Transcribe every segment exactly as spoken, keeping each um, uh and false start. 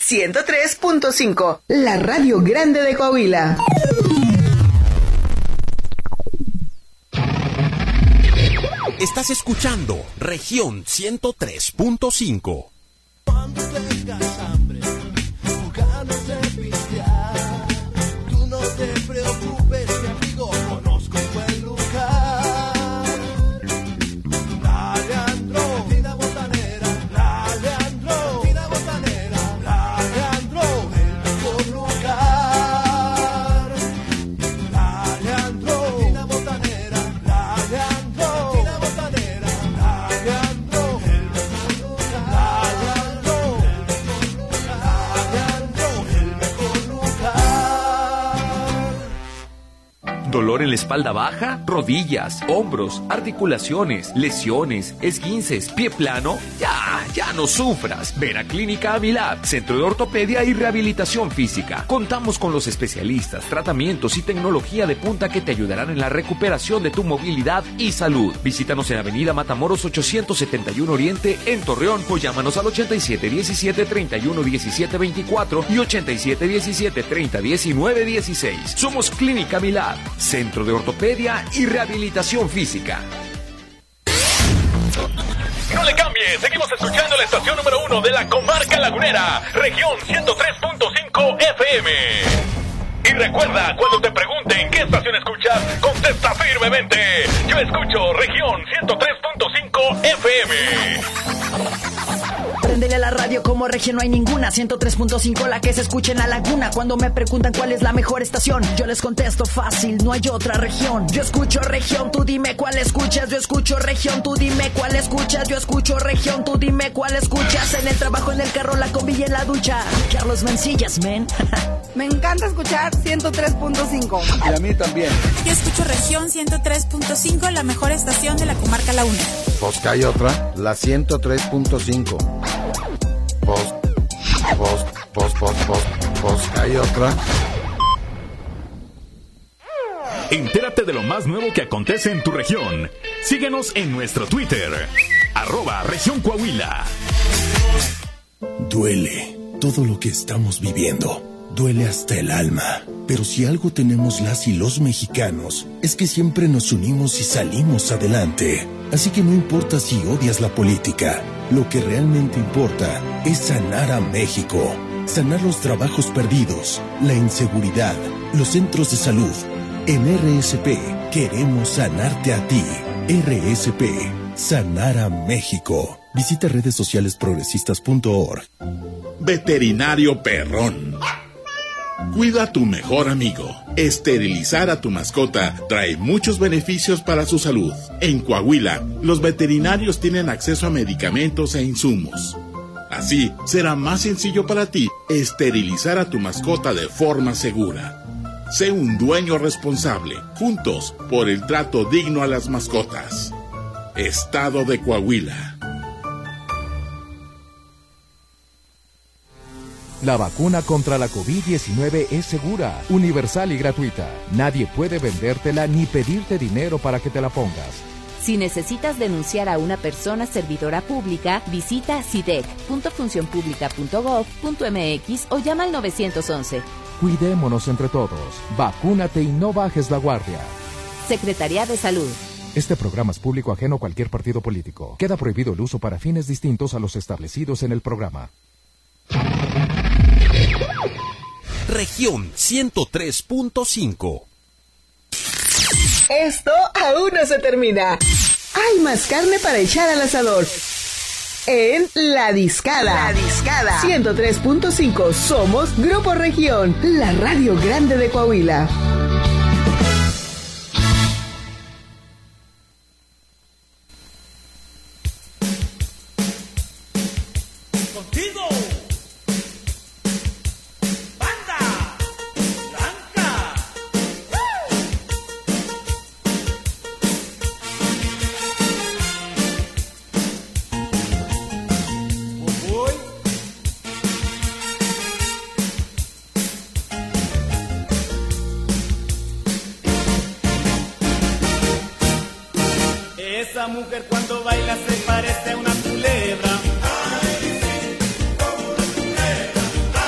ciento tres punto cinco, la radio grande de Coahuila. Estás escuchando Región ciento tres punto cinco. Cuando tengas hambre o ganas de pistear, tú no te preocupes, mi amigo, conozco un buen lugar. La Leandro, Tina Botanera, la Leandro, Tina Botanera, la Leandro, el mejor lugar. La Leandro, Tina Botanera, la Leandro, Tina Botanera, la Leandro, el mejor lugar. La Leandro, el mejor lugar. ¿Dolor en la espalda baja? ¿Rodillas, hombros, articulaciones, lesiones, esguinces, pie plano? Ya, ya no sufras. Ven a Clínica Amilab, Centro de Ortopedia y Rehabilitación Física. Contamos con los especialistas, tratamientos y tecnología de punta que te ayudarán en la recuperación de tu movilidad y salud. Visítanos en Avenida Matamoros ochocientos setenta y uno Oriente en Torreón o llámanos al ochenta y siete diecisiete treinta y uno diecisiete veinticuatro y ochenta y siete diecisiete treinta diecinueve dieciséis. Somos Clínica Amilab, Centro de Ortopedia y Rehabilitación Física. No le cambies, seguimos escuchando la estación número uno de la comarca lagunera, Región ciento tres punto cinco F M. Y recuerda, cuando te pregunten qué estación escuchas, contesta firmemente: yo escucho Región ciento tres punto cinco F M. Préndele a la radio, como Región no hay ninguna. ciento tres punto cinco, la que se escucha en la laguna. Cuando me preguntan cuál es la mejor estación, yo les contesto fácil: no hay otra región. Yo escucho Región, tú dime cuál escuchas. Yo escucho Región, tú dime cuál escuchas. Yo escucho Región, tú dime cuál escuchas. En el trabajo, en el carro, la combi y en la ducha. Carlos Mencillas, men. Me encanta escuchar ciento tres punto cinco. Y a mí también. Yo escucho Región ciento tres punto cinco, la mejor estación de la comarca lagunera. Pues que hay otra, la ciento tres punto cinco. Pues, pues, pues, pues, pues, pues que hay otra. Entérate de lo más nuevo que acontece en tu región. Síguenos en nuestro Twitter, arroba Región Coahuila. Duele todo lo que estamos viviendo. Duele hasta el alma. Pero si algo tenemos las y los mexicanos, es que siempre nos unimos y salimos adelante. Así que no importa si odias la política, lo que realmente importa es sanar a México. Sanar los trabajos perdidos, la inseguridad, los centros de salud. En R S P queremos sanarte a ti. R S P, sanar a México. Visita redes sociales progresistas punto org. Veterinario Perrón. Cuida a tu mejor amigo. Esterilizar a tu mascota trae muchos beneficios para su salud. En Coahuila, los veterinarios tienen acceso a medicamentos e insumos. Así, será más sencillo para ti esterilizar a tu mascota de forma segura. Sé un dueño responsable. Juntos, por el trato digno a las mascotas. Estado de Coahuila. La vacuna contra la covid diecinueve es segura, universal y gratuita. Nadie puede vendértela ni pedirte dinero para que te la pongas. Si necesitas denunciar a una persona servidora pública, visita sidec punto función pública punto gov punto mx o llama al nueve once. Cuidémonos entre todos. Vacúnate y no bajes la guardia. Secretaría de Salud. Este programa es público ajeno a cualquier partido político. Queda prohibido el uso para fines distintos a los establecidos en el programa. Región ciento tres punto cinco. Esto aún no se termina. Hay más carne para echar al asador. En La Discada. La Discada. ciento tres punto cinco. Somos Grupo Región, la radio grande de Coahuila. Esa mujer cuando baila se parece a una culebra. Ay, sí, como una culebra.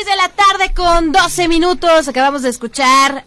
seis de la tarde con doce minutos. Acabamos de escuchar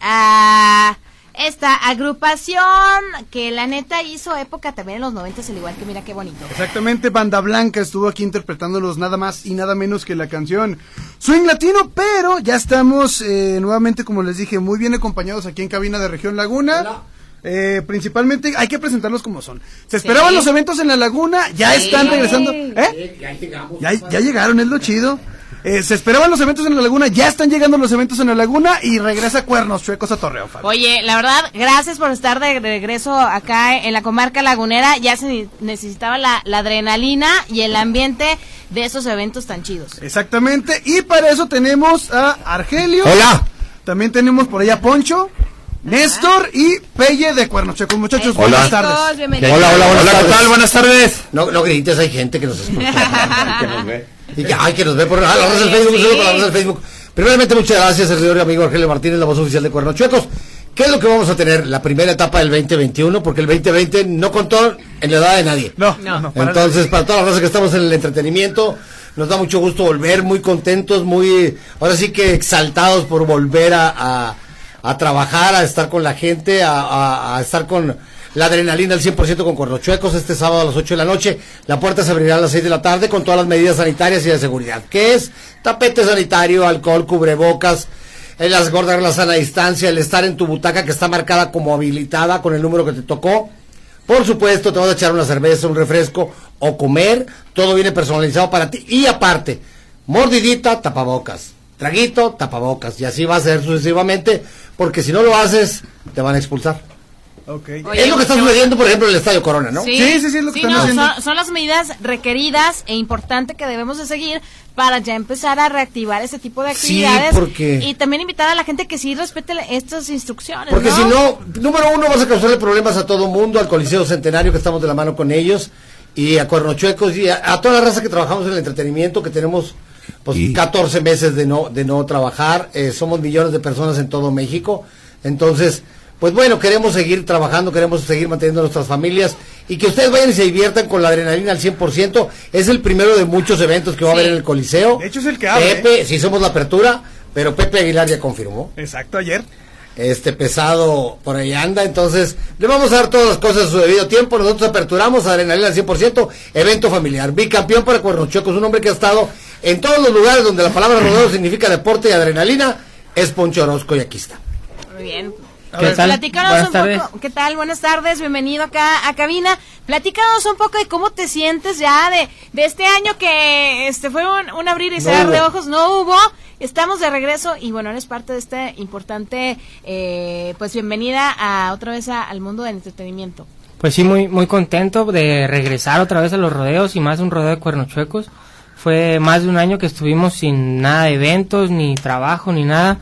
a esta agrupación que la neta hizo época también en los noventas, al igual que mira qué bonito. Exactamente, Banda Blanca estuvo aquí interpretándolos nada más y nada menos que la canción Swing Latino, pero ya estamos eh, nuevamente, como les dije, muy bien acompañados aquí en cabina de Región Laguna. Hola. Eh, principalmente hay que presentarlos como son. Se esperaban sí. los eventos en la Laguna, ya sí. están regresando. ¿Eh? Ya llegamos. Ya, ya llegaron, es lo chido. Eh, se esperaban los eventos en la Laguna, ya están llegando los eventos en la Laguna y regresa Cuernos Chuecos a Torreón, Fabi. Oye, la verdad, gracias por estar de regreso acá en la comarca lagunera. Ya se necesitaba la, la adrenalina y el ambiente de esos eventos tan chidos. Exactamente, y para eso tenemos a Argelio. Hola. También tenemos por allá a Poncho, Néstor y Pelle de Cuernos Chuecos. Muchachos, hola. buenas tardes. Hola, hola, hola, hola, ¿qué tal? Buenas tardes. No, no grites, hay gente que nos escucha. que nos ve. Y que, ay, que nos ve por ah, la raza del Facebook, sí. por la raza del Facebook. Primeramente, muchas gracias, el señor amigo Argelio Martínez, la voz oficial de Cuernos Chuecos. ¿Qué es lo que vamos a tener? La primera etapa del veinte veintiuno, porque el veinte veinte no contó en la edad de nadie. No, no, no. Para Entonces, nada. Para toda la raza que estamos en el entretenimiento, nos da mucho gusto volver, muy contentos, muy, ahora sí que exaltados por volver a, a, a trabajar, a estar con la gente, a, a, a estar con la adrenalina al cien por ciento con Cuernos Chuecos este sábado a las ocho de la noche. La puerta se abrirá a las seis de la tarde con todas las medidas sanitarias y de seguridad, que es tapete sanitario, alcohol, cubrebocas, el guardar la sana distancia, el estar en tu butaca que está marcada como habilitada con el número que te tocó. Por supuesto, te vas a echar una cerveza, un refresco o comer, todo viene personalizado para ti. Y aparte, mordidita, tapabocas, traguito, tapabocas, y así va a ser sucesivamente, porque si no lo haces, te van a expulsar. Okay. Oye, es lo que está sucediendo, por ejemplo, en el Estadio Corona, ¿no? Sí, sí, sí, sí es lo que sí, están no, haciendo. Son, son las medidas requeridas e importantes que debemos de seguir para ya empezar a reactivar ese tipo de actividades. Sí, porque... Y también invitar a la gente que sí respete estas instrucciones, porque ¿no? si no, número uno, vas a causarle problemas a todo mundo, al Coliseo Centenario, que estamos de la mano con ellos, y a Cuernos Chuecos, y a, a toda la raza que trabajamos en el entretenimiento, que tenemos pues sí. catorce meses de no, de no trabajar, eh, somos millones de personas en todo México, entonces... Pues bueno, queremos seguir trabajando, queremos seguir manteniendo nuestras familias y que ustedes vayan y se diviertan con la adrenalina al cien por ciento. Es el primero de muchos eventos que va sí. a haber en el Coliseo. De hecho es el que abre. Pepe, sí somos la apertura, pero Pepe Aguilar ya confirmó. Exacto, ayer. Este pesado por ahí anda, entonces le vamos a dar todas las cosas a su debido tiempo. Nosotros aperturamos adrenalina al cien por ciento, evento familiar. Bicampeón para Cuernos Chuecos, un hombre que ha estado en todos los lugares donde la palabra rodeo significa deporte y adrenalina, es Poncho Orozco y aquí está. Muy bien. ¿Qué tal? Platícanos Buenas un tardes. poco, ¿qué tal? Buenas tardes, bienvenido acá a cabina. Platícanos un poco de cómo te sientes ya de, de este año que este fue un, un abrir y cerrar no de ojos, no hubo, estamos de regreso y bueno, eres parte de este importante, eh, pues bienvenida a otra vez a, al mundo del entretenimiento. Pues sí, muy muy contento de regresar otra vez a los rodeos y más un rodeo de Cuernos Chuecos. Fue más de un año que estuvimos sin nada de eventos, ni trabajo, ni nada.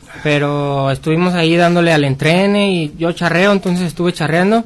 Pero estuvimos ahí dándole al entrene y yo charreo, entonces estuve charreando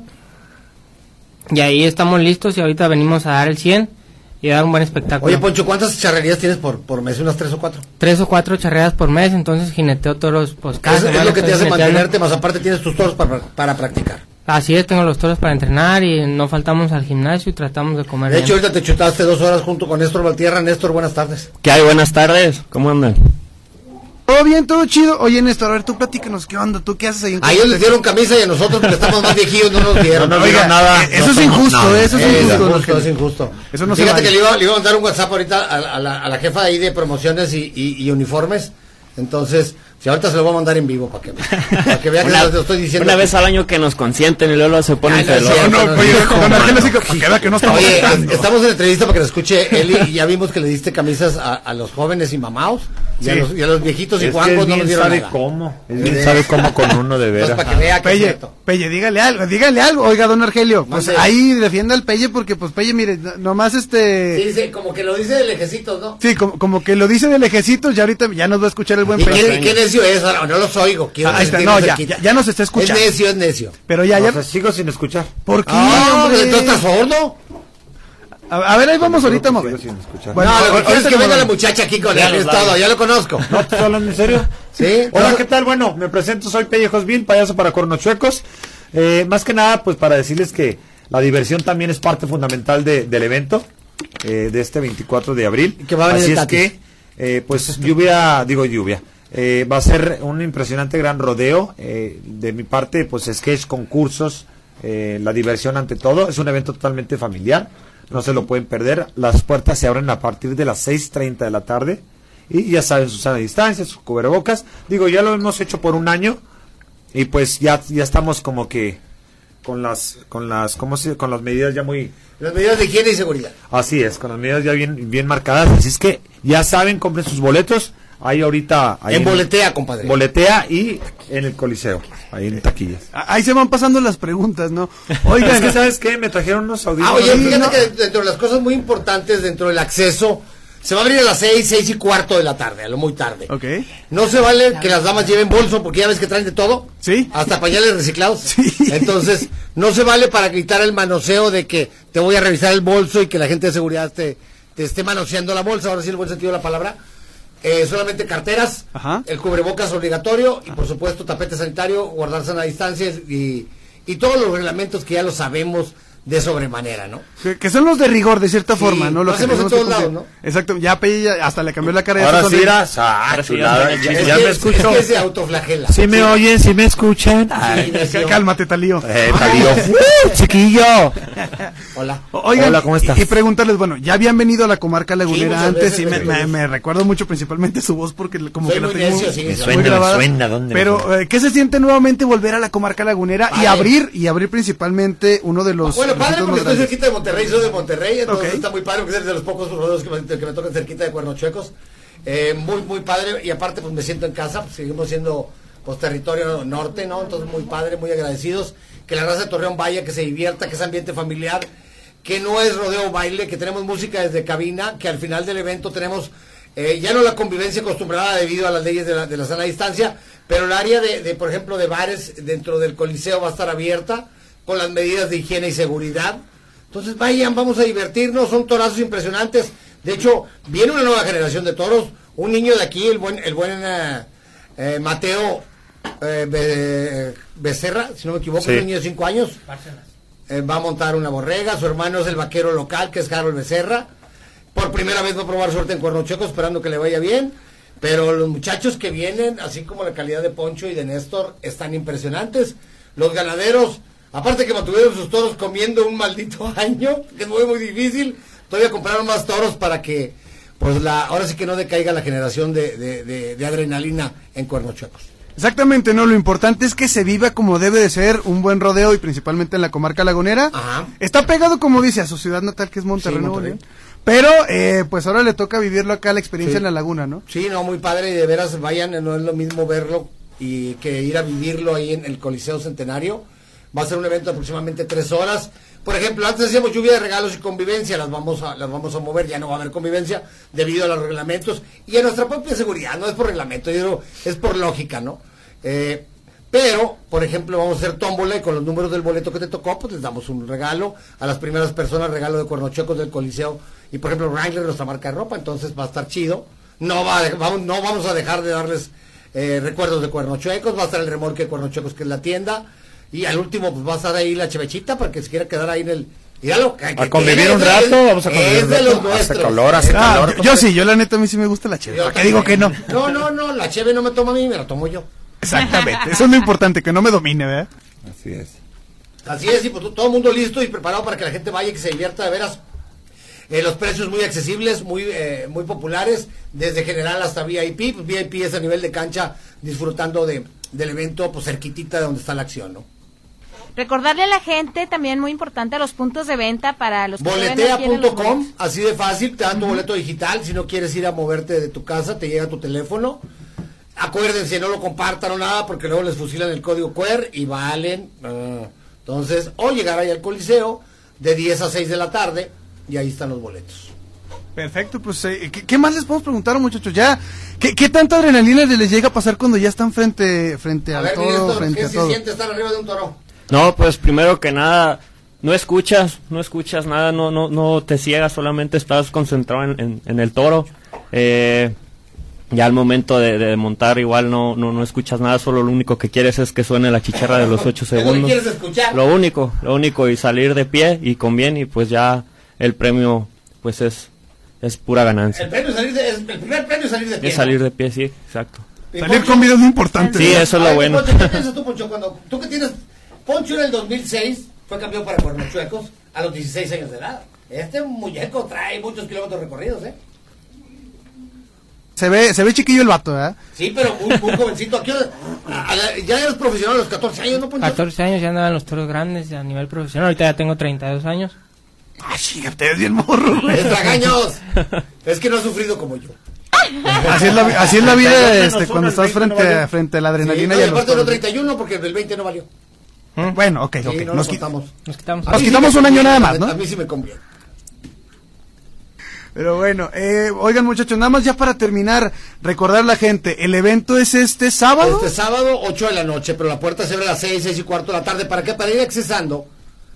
y ahí estamos listos y ahorita venimos a dar el cien y a dar un buen espectáculo. Oye, Poncho, ¿cuántas charrerías tienes por, por mes? ¿Unas tres o cuatro? Tres o cuatro charreadas por mes, entonces jineteo toros pues cada es, semana. Es lo que te hace jineteando. mantenerte, más aparte tienes tus toros para, para practicar. Así es, tengo los toros para entrenar y no faltamos al gimnasio y tratamos de comer De bien. hecho, ahorita te chutaste dos horas junto con Néstor Valtierra. Néstor, buenas tardes. ¿Qué hay? Buenas tardes, ¿cómo andan? Todo bien, todo chido. Oye, Néstor, a ver, tú platícanos, ¿qué onda? ¿Tú qué haces ahí? A ellos les dieron camisa y a nosotros, porque estamos más viejillos, no nos dieron. No nos dieron nada. Eso es injusto, no, eso es eh, injusto. Es injusto, es injusto. Eso no Fíjate se que le iba, le iba a mandar un WhatsApp ahorita a, a, la, a la jefa ahí de promociones y, y, y uniformes. Entonces, si ahorita se lo voy a mandar en vivo para que, para que vea que una, lo estoy diciendo. Una vez al año que nos consienten y luego se ponen pelos. No, no, oye, con Argelio sí, para que vea que no estamos Oye, buscando. Estamos en entrevista para que lo escuche Eli y ya vimos que le diste camisas a, a los jóvenes y mamaos y, sí. a, los, y a los viejitos y guangos no nos dieron sabe nada. Cómo. Es bien sabe cómo con uno de veras. Entonces, para que vea que Pelle, Pelle, dígale algo, dígale algo. Oiga, don Argelio, pues no sé. Ahí defienda al Pelle porque pues Pelle, mire, nomás este... Sí, dice, como que lo dice de lejecitos, ¿no? Sí, como, como que lo dice de lejecitos, ya ahorita ya nos va a escuchar el buen ¿Y Pelle. qué, qué necio es? No, no los oigo. Quiero ah, está, no, ya, ya, ya nos está escuchando. Es necio, es necio. Pero ya, ya. ya... O sea, sigo sin escuchar. ¿Por qué? Ah, hombre, ¿tú estás sordo? A, a ver, ahí vamos no, ahorita, mover. Bueno, no, lo que quiero es que venga la muchacha aquí con él, es todo, ya lo conozco. ¿No estás hablando en serio? Sí. Hola, ¿qué tal? Bueno, me presento, soy Pelle Josville, payaso para Cuernos Chuecos. Eh, más que nada, pues para decirles que la diversión también es parte fundamental de, del evento, eh, de este veinticuatro de abril. Que va a venir Así el es Tatis. que eh, pues lluvia, digo lluvia. Eh, va a ser un impresionante gran rodeo. Eh, de mi parte, pues sketch, concursos, eh, la diversión ante todo. Es un evento totalmente familiar. No se lo pueden perder. Las puertas se abren a partir de las seis treinta de la tarde. Y ya saben, su sana distancia, sus cubrebocas. Digo, ya lo hemos hecho por un año. Y pues ya, ya estamos como que con las, con las, ¿cómo se, con las medidas ya muy... Las medidas de higiene y seguridad. Así es, con las medidas ya bien, bien marcadas. Así es que ya saben, compren sus boletos. Ahí ahorita... Ahí en, en Boletea, compadre. Boletea y en el Coliseo, ahí en taquillas. Ahí se van pasando las preguntas, ¿no? Oigan, es que ¿sabes qué? Me trajeron unos audífonos. Ah, oye, fíjate no. que dentro de las cosas muy importantes, dentro del acceso, se va a abrir a las seis, seis y cuarto de la tarde, a lo muy tarde. Ok. No se vale que las damas lleven bolso, porque ya ves que traen de todo. Sí. Hasta pañales reciclados. Sí. Entonces, no se vale para gritar el manoseo de que te voy a revisar el bolso y que la gente de seguridad te, te esté manoseando la bolsa, ahora sí el buen sentido de la palabra. Eh, solamente carteras, Ajá. el cubrebocas obligatorio y por supuesto tapete sanitario, guardar sana distancia y, y todos los reglamentos que ya lo sabemos de sobremanera, ¿no? Que, que son los de rigor, de cierta Sí, forma, ¿no? lo que hacemos en tenemos todos que lados, ¿no? Exacto, ya Pelle ya hasta le cambió la cara. Ahora ya sí, irás. Ah, chulada. Es Ya, que ya me es- escucho. Es que se autoflagela. ¿Sí me oyen? ¿Sí me escuchan? Ay, necio. Cálmate, Talío. eh, Talío. ¡Uh, chiquillo! Hola. Oigan, Hola, ¿cómo estás? Y, y preguntarles, bueno, ya habían venido a la comarca lagunera muchas antes veces, y me, gracias a me, Dios. me recuerdo mucho principalmente su voz porque como Soy que la muy tengo necio, sí, muy me suena, me grabada. suena, ¿dónde me Pero, suena? eh, ¿qué se siente nuevamente volver a la comarca lagunera y Padre. abrir, y abrir principalmente uno de los... Bueno, padre, recintos porque más estoy grandes? cerquita de Monterrey, soy de Monterrey, entonces Ok. está muy padre, porque es de los pocos rodeos que me, que me tocan cerquita de Cuernos Chuecos. Eh, muy, muy padre, y aparte pues me siento en casa, pues seguimos siendo pues territorio norte, ¿no? Entonces muy padre, muy agradecidos, que la raza de Torreón vaya, que se divierta, que es ambiente familiar, que no es rodeo baile, que tenemos música desde cabina, que al final del evento tenemos eh, ya no la convivencia acostumbrada debido a las leyes de la, de la sana distancia, pero el área de, de, por ejemplo, de bares dentro del Coliseo va a estar abierta con las medidas de higiene y seguridad. Entonces vayan, vamos a divertirnos, son torazos impresionantes. De hecho, viene una nueva generación de toros. Un niño de aquí, el buen, el buen eh, eh, Mateo eh, Be- Becerra, si no me equivoco, Sí. un niño de cinco años. Eh, va a montar una borrega. Su hermano es el vaquero local, que es Harold Becerra. Por primera vez va a probar suerte en Cuerno Chueco, esperando que le vaya bien. Pero los muchachos que vienen, así como la calidad de Poncho y de Néstor, están impresionantes. Los ganaderos, aparte que mantuvieron sus toros comiendo un maldito año, que es muy, muy difícil, todavía compraron más toros para que, pues, la ahora sí que no decaiga la generación de, de, de, de adrenalina en Cuernos Chuecos. Exactamente, no, lo importante es que se viva como debe de ser un buen rodeo y principalmente en la comarca lagunera. Ajá. Está pegado, como dice, a su ciudad natal que es Monterrey, Sí, Nuevo Monterrey. León. Pero, eh, pues ahora le toca vivirlo acá, la experiencia Sí. en la laguna, ¿no? Sí, no, muy padre, y de veras vayan, no es lo mismo verlo y que ir a vivirlo ahí en el Coliseo Centenario. Va a ser un evento de aproximadamente tres horas. Por ejemplo, antes hacíamos lluvia de regalos y convivencia, las vamos a, las vamos a mover, ya no va a haber convivencia debido a los reglamentos y a nuestra propia seguridad, no es por reglamento, yo digo, es por lógica, ¿no? Eh, pero, por ejemplo, vamos a hacer tómbola y con los números del boleto que te tocó, pues les damos un regalo a las primeras personas, regalo de Cuernos Chuecos del Coliseo y, por ejemplo, Wrangler, nuestra marca de ropa, entonces va a estar chido. No va a de- vamos, no vamos a dejar de darles eh, recuerdos de Cuernos Chuecos, va a estar el remolque de Cuernos Chuecos, que es la tienda, y al último pues va a estar ahí la chevechita para que se quiera quedar ahí en el... Míralo, que- A que convivir tiene, un es- rato, vamos a convivir es un de rato. los Hace nuestros. calor, hace Ah, calor. yo, yo sí, yo la neta a mí sí me gusta la cheve. yo ¿Para qué digo que no? No, no, no, la cheve no me toma a mí, me la tomo yo. Exactamente, eso es lo importante, que no me domine, ¿verdad? Así es. Así es, y pues todo el mundo listo y preparado para que la gente vaya y que se divierta de veras. Eh, los precios muy accesibles, muy eh, muy populares, desde general hasta V I P. Pues V I P es a nivel de cancha, disfrutando de, del evento, pues cerquitita de donde está la acción, ¿no? Recordarle a la gente también muy importante los puntos de venta para los que se ven Boletea aquí en punto los com, boletos. así de fácil, te dan tu boleto digital. Si no quieres ir a moverte de tu casa, te llega tu teléfono. Acuérdense, no lo compartan o nada, porque luego les fusilan el código Q R y valen. ah, entonces, o llegar ahí al Coliseo de diez a seis de la tarde y ahí están los boletos. Perfecto, pues, eh, ¿qué, qué más les podemos preguntar, muchachos? Ya, ¿qué, qué tanta adrenalina les llega a pasar cuando ya están frente, frente A al ver, toro, Néstor, frente ¿qué a se todo? siente estar arriba de un toro? No, pues primero que nada, no escuchas, no escuchas nada, no no no te ciegas, solamente estás concentrado en, en, en el toro. Eh, ya al momento de, de montar igual no, no no escuchas nada, solo lo único que quieres es que suene la chicharra de los ocho Es lo que segundos. quieres escuchar. Lo único, lo único, y salir de pie y con bien, y pues ya el premio pues es es pura ganancia. El, premio salir de, es, el primer premio es salir de pie. Es salir de pie, sí, exacto. Salir con vida es muy importante. Sí, eso es lo Ay, bueno. Poncho, ¿qué piensas tú, Poncho? Cuando, tú que tienes... Poncho en el dos mil seis fue campeón para Cuernos Chuecos a los dieciséis años de edad. Este muñeco trae muchos kilómetros recorridos, ¿eh? Se ve, se ve chiquillo el vato, ¿verdad? Sí, pero muy, muy jovencito. Aquí, a, a, ya eres profesional a los catorce años, ¿no, Poncho? catorce años ya andaba en los toros grandes a nivel profesional. Ahorita ya tengo treinta y dos años. ¡Ah, chica, te ves bien morro, güey! ¡Estragaños! Es que no has sufrido como yo. Así es la, así es la vida este, cuando estás frente, no frente a la adrenalina. Sí, no, y a y aparte los no treinta y uno porque el veinte no valió. ¿Mm? Bueno, ok, ok. Sí, no nos, nos, quitamos. nos quitamos. Nos quitamos sí un año nada más, ¿no? A mí sí me conviene. Pero bueno, eh, oigan muchachos, nada más ya para terminar, recordar a la gente, el evento es este sábado. Este sábado, ocho de la noche, pero la puerta se abre a las seis, seis y cuarto de la tarde. ¿Para qué? Para ir accesando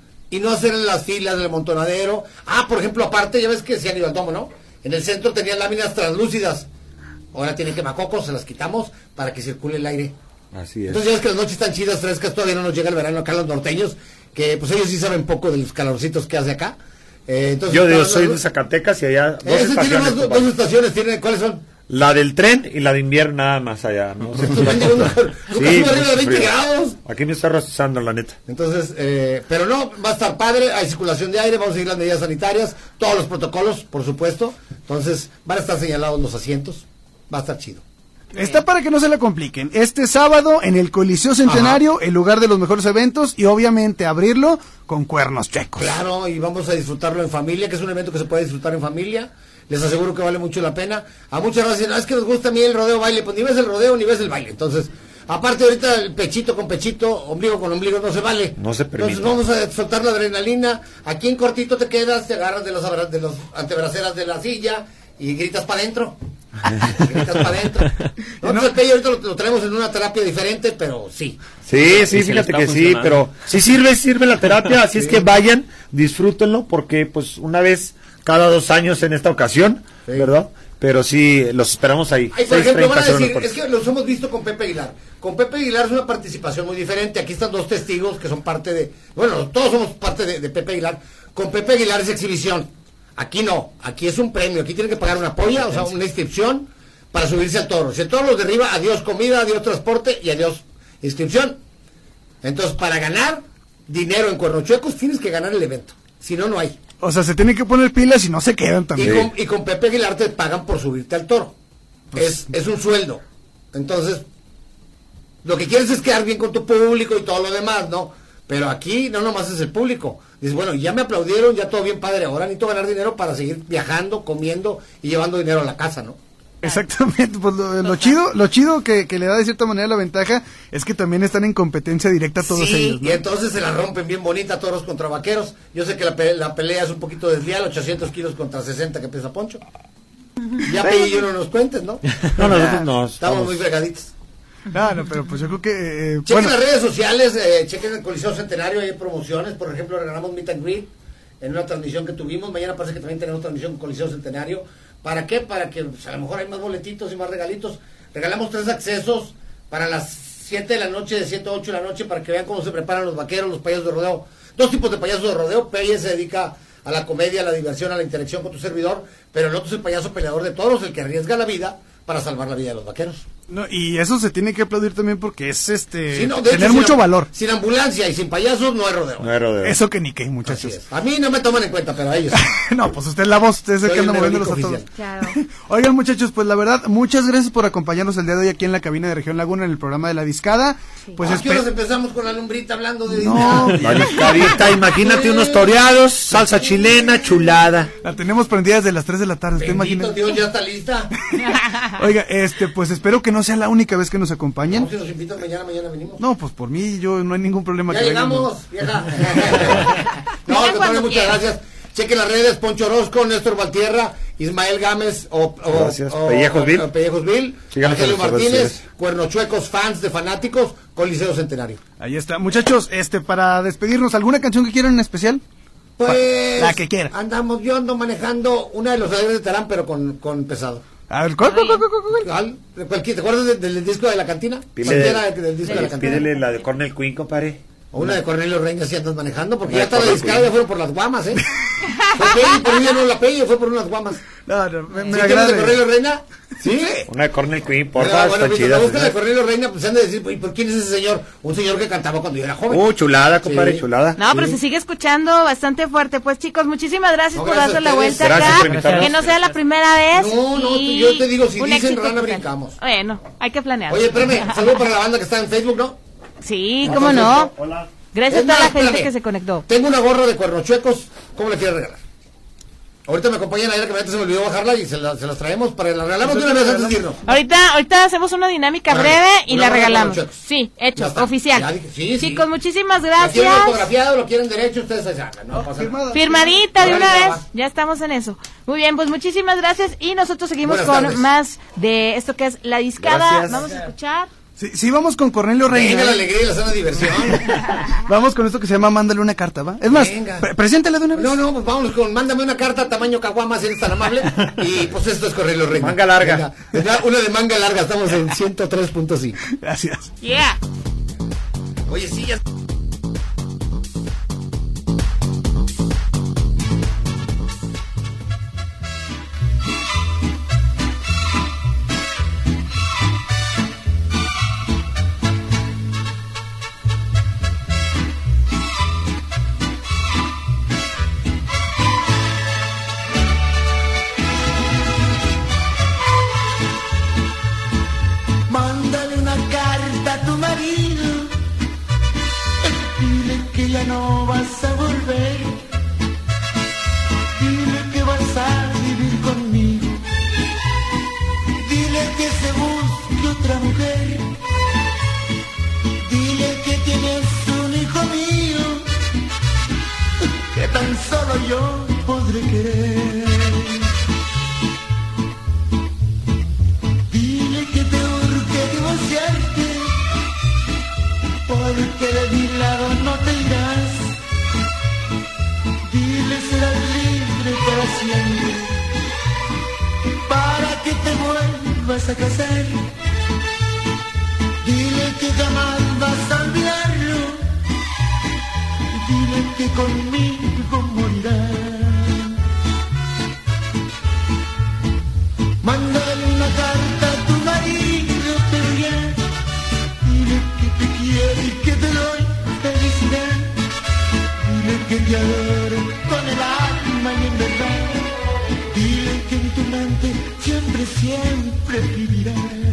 y no hacer las filas del montonadero. Ah, por ejemplo, aparte, ya ves que se han ido al domo, ¿no? En el centro tenían láminas translúcidas. Ahora tienen quemacocos, se las quitamos para que circule el aire. Así es. Entonces ya ves que las noches están chidas, frescas, todavía no nos llega el verano acá los norteños, que pues ellos sí saben poco de los calorcitos que hace acá. Eh, entonces, yo digo, no, soy no, de Zacatecas y allá dos ese estaciones. tiene unas, dos, dos estaciones, tiene, ¿cuáles son? La del tren y la de invierno nada más allá. ¿No? Sí, arriba de veinte grados. Aquí me está rostizando, la neta. Entonces, eh, pero no, va a estar padre, hay circulación de aire, vamos a seguir las medidas sanitarias, todos los protocolos, por supuesto. Entonces, van a estar señalados los asientos, va a estar chido. Está para que no se la compliquen. Este sábado en el Coliseo Centenario, ajá, el lugar de los mejores eventos, y obviamente abrirlo con Cuernos Chuecos. Claro, y vamos a disfrutarlo en familia, que es un evento que se puede disfrutar en familia. Les aseguro que vale mucho la pena. A muchas veces dicen, no, es que nos gusta a mí el rodeo baile. Pues ni ves el rodeo ni ves el baile. Entonces, aparte ahorita el pechito con pechito, ombligo con ombligo no se vale. No se permite. Entonces vamos a soltar la adrenalina. Aquí en cortito te quedas, te agarras de los, de los antebraceras de la silla y gritas para adentro. gritas para adentro. Nosotros el pello ahorita lo, lo tenemos en una terapia diferente, pero sí. Sí, sí, fíjate que sí, pero sí sirve, sirve la terapia, así sí. Es que vayan, disfrútenlo, porque pues una vez cada dos años en esta ocasión, sí, ¿verdad? Pero sí, los esperamos ahí. Ay, por ejemplo, van a decir, es que los hemos visto con Pepe Aguilar. Con Pepe Aguilar es una participación muy diferente. Aquí están dos testigos que son parte de... Bueno, todos somos parte de, de Pepe Aguilar. Con Pepe Aguilar es exhibición. Aquí no, aquí es un premio. Aquí tienen que pagar una polla, o sea, una inscripción para subirse al toro. Si el toro los derriba, adiós comida, adiós transporte y adiós inscripción. Entonces, para ganar dinero en Cuernos Chuecos, tienes que ganar el evento. Si no, no hay. O sea, se tienen que poner pilas y no se quedan también. Y con, y con Pepe Aguilar te pagan por subirte al toro. Pues, es, es un sueldo. Entonces, lo que quieres es quedar bien con tu público y todo lo demás, ¿no? Pero aquí no nomás es el público. Dices, bueno, ya me aplaudieron, ya todo bien padre. Ahora necesito ganar dinero para seguir viajando, comiendo y llevando dinero a la casa, ¿no? Exactamente, pues lo, lo chido, lo chido que, que le da de cierta manera la ventaja es que también están en competencia directa todos sí, ellos, ¿no? Y entonces se la rompen bien bonita toros contra vaqueros. Yo sé que la, pe la pelea es un poquito desleal, ochocientos kilos contra sesenta que pesa Poncho. Ya Pello y yo no nos cuentes, ¿no? No, nosotros no. Estamos, estamos muy fregaditos. No, no, pero pues yo creo que... Eh, chequen bueno. las redes sociales, eh, chequen el Coliseo Centenario, hay promociones, por ejemplo, regalamos Meet and Greet en una transmisión que tuvimos, mañana parece que también tenemos transmisión con Coliseo Centenario. ¿Para qué? Para que pues, a lo mejor hay más boletitos y más regalitos. Regalamos tres accesos para las siete de la noche, de siete a ocho de la noche, para que vean cómo se preparan los vaqueros, los payasos de rodeo. Dos tipos de payasos de rodeo. Pelle se dedica a la comedia, a la diversión, a la interacción con tu servidor, pero el otro es el payaso peleador de toros, el que arriesga la vida para salvar la vida de los vaqueros. No, y eso se tiene que aplaudir también porque es este sí, no, tener hecho, mucho sin, valor. Sin ambulancia y sin payasos no hay rodeo. No hay rodeo. Eso que ni que, muchachos. A mí no me toman en cuenta, pero a ellos. No, pues usted es la voz, usted es el que anda moviéndolos a todos. Claro. Oigan, muchachos, pues la verdad, muchas gracias por acompañarnos el día de hoy aquí en la cabina de Región Laguna en el programa de La Discada. Sí. Pues ¿A qué horas empezamos con la lumbrita hablando de no, la discadita, imagínate unos toreados, salsa chilena, chulada. La tenemos prendida desde las tres de la tarde. Bendito Dios, ya está lista. Oiga, este, pues espero que no sea la única vez que nos acompañen. No, si nos invitan mañana, mañana venimos. No, pues por mí, yo no hay ningún problema. Ya que llegamos, vieja. No, al contrario, muchas gracias. Chequen las redes, Poncho Orozco, Néstor Valtierra, Ismael Gámez o, o, gracias. o Pellejos Vil, o, Pellejos Vil, Angelio Martínez, Cuernos Chuecos, fans de fanáticos, Coliseo Centenario. Ahí está. Muchachos, este, para despedirnos, ¿alguna canción que quieran en especial? Pues, la que quieran. Andamos, yo ando manejando una de los aires de Tarán, pero con, con pesado. A ver, ¿cuál, cuál, cuál, cuál, cuál? ¿Cuál? ¿Te acuerdas del, del disco de la cantina? Pídele, del disco de la cantina. Pídele la de Cornel Quinn, compadre. O una de Cornelio Reina si andas manejando, porque ya está la discada, ya fueron por las guamas, ¿eh? Fue Peggy, pero ella no la Peggy, fue por unas guamas. No, no, me, me ¿Sí agrada. de Cornelio Reina? Sí. Una de Cornel Queen, por Bueno, favor, bueno, está pues, chida. la busca de Cornelio Reina, pues se han de decir, ¿y por quién es ese señor? Un señor que cantaba cuando yo era joven. Uh, chulada, compadre, Sí. chulada. No, pero Sí. se sigue escuchando bastante fuerte. Pues chicos, muchísimas gracias No, por gracias darse a la ustedes. vuelta Gracias acá. por invitarnos. Que no sea la primera vez. No, no, y yo te digo, si un dicen éxito rana, total. brincamos. Bueno, hay que planear. Oye, espérame, saludo para la banda que está en Facebook, ¿no? Sí, Ah, cómo no. Hola. Gracias Es a toda más, la gente espérame. que se conectó. Tengo una gorra de cuernos chuecos, ¿cómo le quieres regalar? Ahorita me acompañan ayer que me se me olvidó bajarla y se, la, se las traemos para la regalamos de una vez antes de irnos. Ahorita, ahorita hacemos una dinámica Vale, breve y una la gorra regalamos. con los chuecos. Sí, Ya hecho, está. oficial. Ya dije, sí, sí. Chicos, muchísimas ¿Lo quieren gracias. fotografiado, lo quieren derecho? Ustedes se sacan, no pasa nada. Firmadita de una Órale, vez, va. ya estamos en eso. Muy bien, pues muchísimas gracias y nosotros seguimos Buenas con tardes. más de esto que es La Discada. Gracias. Vamos a escuchar. Sí, sí, vamos con Cornelio Reina. Venga la alegría y la sana diversión. Vamos con esto que se llama Mándale una carta, ¿va? Es más, Venga. pre- preséntela de una vez. No, no, pues vámonos con, mándame una carta tamaño caguama si eres tan amable. Y pues esto es Cornelio Reina. Manga larga. Venga, una de manga larga, estamos en ciento tres punto cinco. Gracias. Yeah. Oye, sí, ya. Mándale una carta a tu marido, dile que ya no vas a volver, dile que vas a vivir conmigo, dile que se busque otra mujer, dile que tienes un hijo mío, que tan solo yo podré querer. Dile que te urge divorciarte, porque de mi lado no te irás. Dile serás libre para siempre, para que te vuelvas a casar. Dile que jamás vas a olvidarlo, dile que conmigo morirás. Mándale una carta a tu marido, pero ya, dile que te quiero y que te doy felicidad. Dile que te adoro con el alma y en verdad. Dile que en tu mente siempre, siempre vivirá.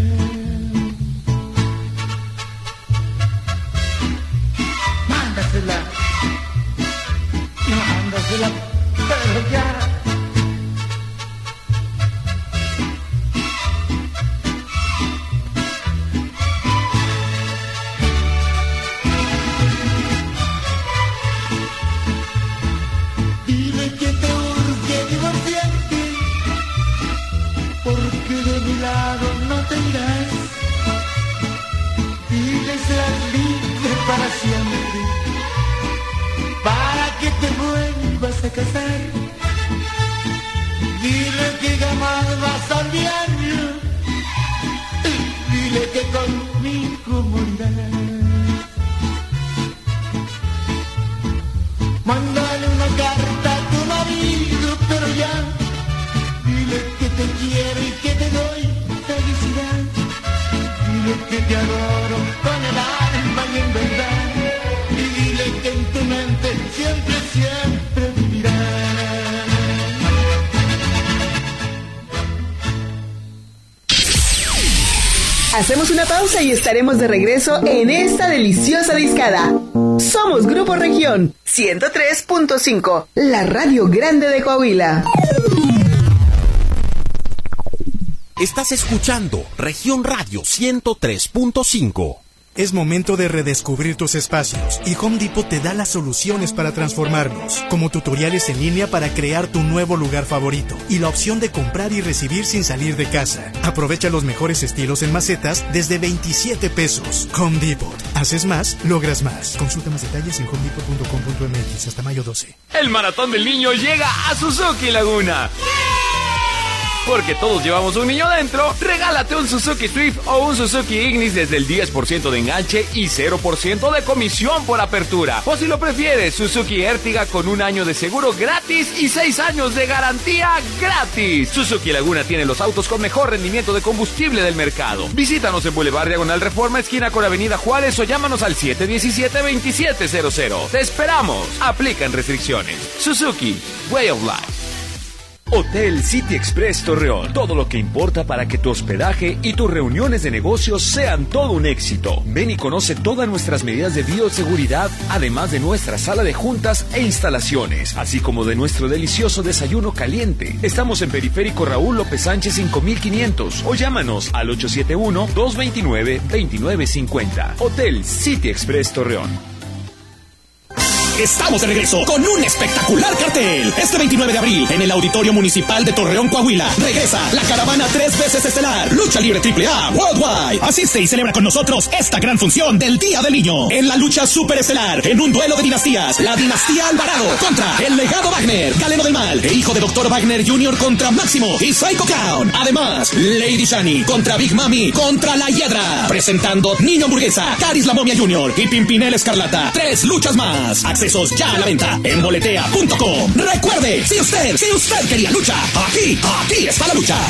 Mándasela, mándasela, pero ya. Dile que te urge divorciarte, porque de mi lado no te irás. Dile serás libre para siempre, para que te vuelvas a casar. Dile que jamás vas a olvidarlo, dile que conmigo morirás. Mándale una carta a tu marido, pero ya, dile que te quiero y que te doy felicidad. Dile que te adoro con el alma y en verdad. Y dile que en tu mente siempre, siempre vivirás. Hacemos una pausa y estaremos de regreso en esta deliciosa discada. Somos Grupo Región ciento tres punto cinco, la radio grande de Coahuila. Estás escuchando Región Radio ciento tres punto cinco. Es momento de redescubrir tus espacios y Home Depot te da las soluciones para transformarlos, como tutoriales en línea para crear tu nuevo lugar favorito y la opción de comprar y recibir sin salir de casa. Aprovecha los mejores estilos en macetas desde veintisiete pesos. Home Depot. Haces más, logras más. Consulta más detalles en home depot punto com punto m x hasta mayo doce. El Maratón del Niño llega a Suzuki Laguna. Porque todos llevamos un niño dentro, regálate un Suzuki Swift o un Suzuki Ignis desde el diez por ciento de enganche y cero por ciento de comisión por apertura. O si lo prefieres, Suzuki Ertiga con un año de seguro gratis y seis años de garantía gratis. Suzuki Laguna tiene los autos con mejor rendimiento de combustible del mercado. Visítanos en Boulevard Diagonal Reforma, esquina con Avenida Juárez, o llámanos al siete uno siete, dos siete cero cero. ¡Te esperamos! Aplican restricciones. Suzuki, Way of Life. Hotel City Express Torreón. Todo lo que importa para que tu hospedaje y tus reuniones de negocios sean todo un éxito. Ven y conoce todas nuestras medidas de bioseguridad, además de nuestra sala de juntas e instalaciones, así como de nuestro delicioso desayuno caliente. Estamos en Periférico Raúl López Sánchez cinco mil quinientos o llámanos al ocho siete uno, dos dos nueve, dos nueve cinco cero. Hotel City Express Torreón. Estamos de regreso con un espectacular cartel. Este veintinueve de abril, en el Auditorio Municipal de Torreón, Coahuila, regresa la caravana tres veces estelar, Lucha Libre triple A Worldwide. Asiste y celebra con nosotros esta gran función del Día del Niño. En la lucha superestelar, en un duelo de dinastías, la dinastía Alvarado contra el legado Wagner, Galeno del Mal e hijo de doctor Wagner junior contra Máximo y Psycho Clown. Además, Lady Shani contra Big Mami contra la Hiedra. Presentando Niño Hamburguesa, Caris la Momia junior y Pimpinela Escarlata. Tres luchas más. Accesos ya a la venta en boletea punto com. Recuerde, si usted, si usted quería lucha, aquí, aquí está la lucha.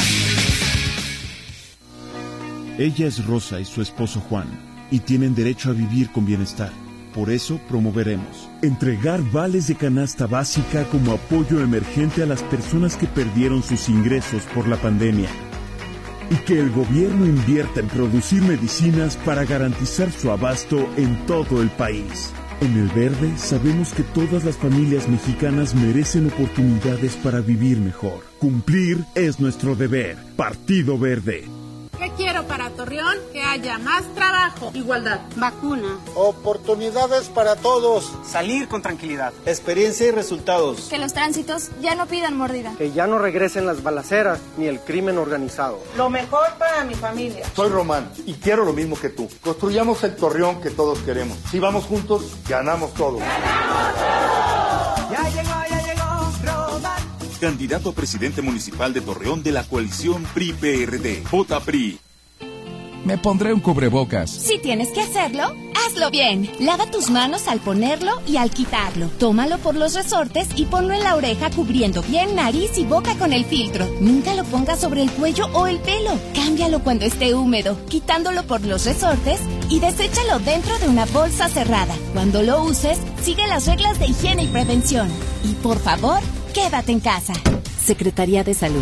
Ella es Rosa y su esposo Juan, y tienen derecho a vivir con bienestar. Por eso promoveremos entregar vales de canasta básica como apoyo emergente a las personas que perdieron sus ingresos por la pandemia. Y que el gobierno invierta en producir medicinas para garantizar su abasto en todo el país. En El Verde sabemos que todas las familias mexicanas merecen oportunidades para vivir mejor. Cumplir es nuestro deber. Partido Verde. ¿Qué quiero para Torreón? Que haya más trabajo, igualdad, vacuna, oportunidades para todos, salir con tranquilidad, experiencia y resultados. Que los tránsitos ya no pidan mordida. Que ya no regresen las balaceras ni el crimen organizado. Lo mejor para mi familia. Soy Román y quiero lo mismo que tú. Construyamos el Torreón que todos queremos. Si vamos juntos, ganamos todo. ¡Ganamos todo! Ya llegó, ya llegó Román. Candidato a presidente municipal de Torreón de la coalición P R I-P R D. Vota P R I. Me pondré un cubrebocas. Si tienes que hacerlo, hazlo bien. Lava tus manos al ponerlo y al quitarlo. Tómalo por los resortes y ponlo en la oreja cubriendo bien nariz y boca con el filtro. Nunca lo pongas sobre el cuello o el pelo. Cámbialo cuando esté húmedo, quitándolo por los resortes y deséchalo dentro de una bolsa cerrada. Cuando lo uses, sigue las reglas de higiene y prevención. Y por favor, quédate en casa. Secretaría de Salud.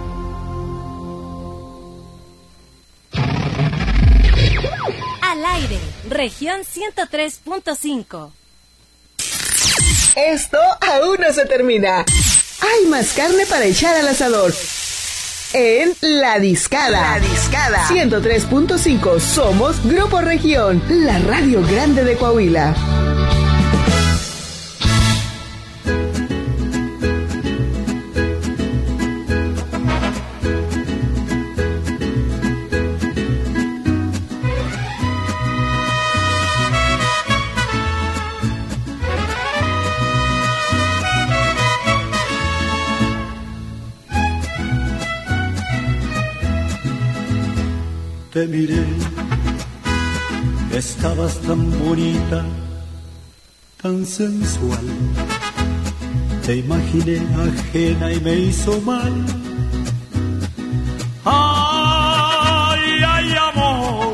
Al aire, región ciento tres punto cinco. Esto aún no se termina. Hay más carne para echar al asador. En La Discada. La Discada. ciento tres punto cinco. Somos Grupo Región, la radio grande de Coahuila. Te miré, estabas tan bonita, tan sensual. Te imaginé ajena y me hizo mal. Ay, ay, amor.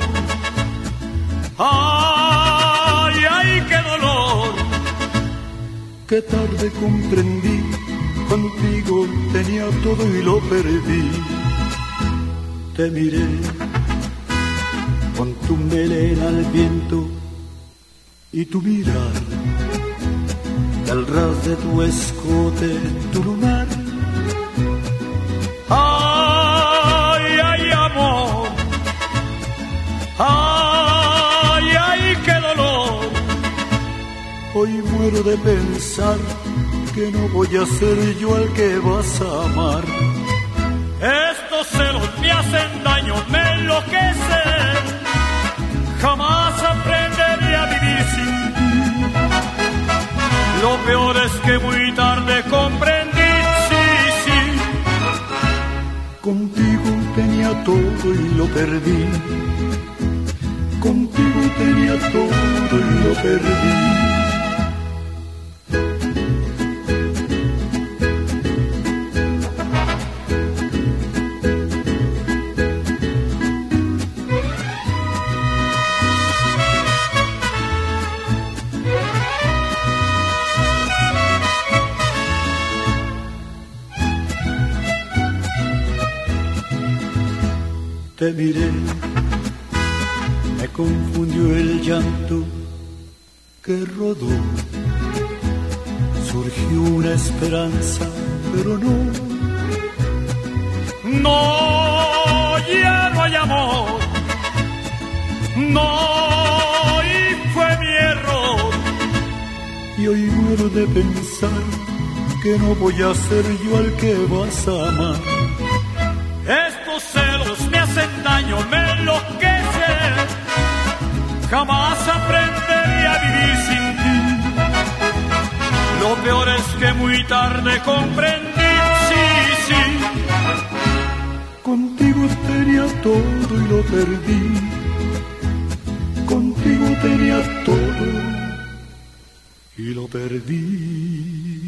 Ay, ay, qué dolor. Qué tarde comprendí, contigo tenía todo y lo perdí. Te miré con tu melena al viento y tu mirar, al ras de tu escote, tu lunar. Ay, ay, amor, ay, ay, qué dolor. Hoy muero de pensar que no voy a ser yo el que vas a amar. Estos celos me hacen daño, me enloquecen. Jamás aprenderé a vivir sin ti. Lo peor es que muy tarde comprendí, sí, sí. Con todo y lo perdí. Contigo tenía todo y lo perdí. Te miré, me confundió el llanto que rodó. Surgió una esperanza, pero no. No, ya no hay amor. No, y fue mi error. Y hoy muero de pensar que no voy a ser yo al que vas a amar. Estos celos me hacen daño, me enloquecen. Jamás aprendería a vivir sin ti. Lo peor es que muy tarde comprendí, sí, sí. Contigo tenía todo y lo perdí. Contigo tenía todo y lo perdí.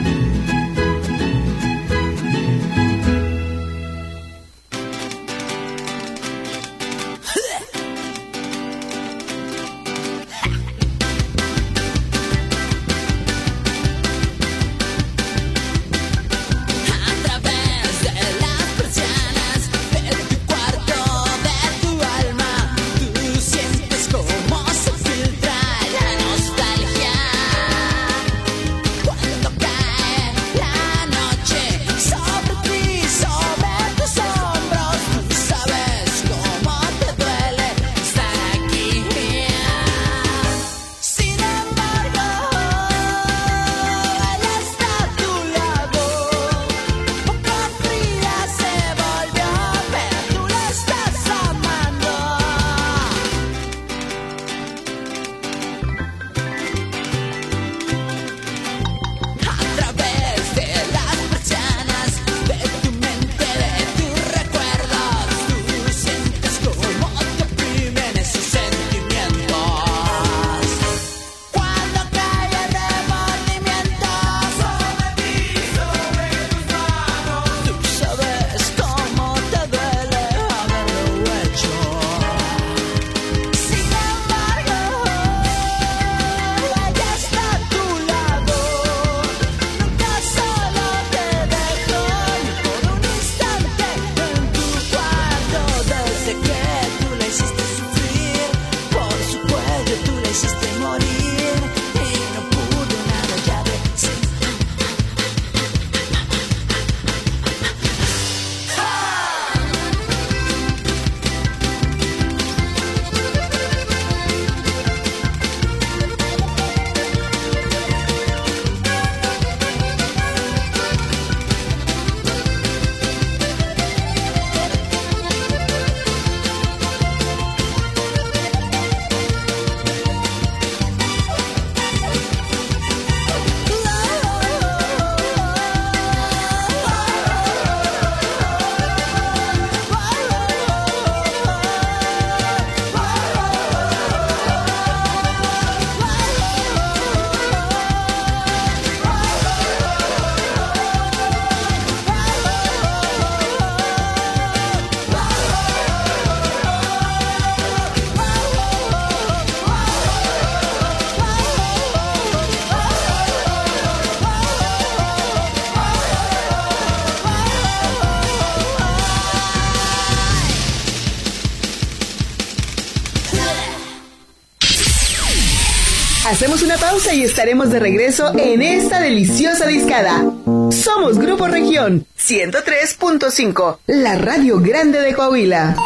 Hacemos una pausa y estaremos de regreso en esta deliciosa discada. Somos Grupo Región ciento tres punto cinco, la radio grande de Coahuila.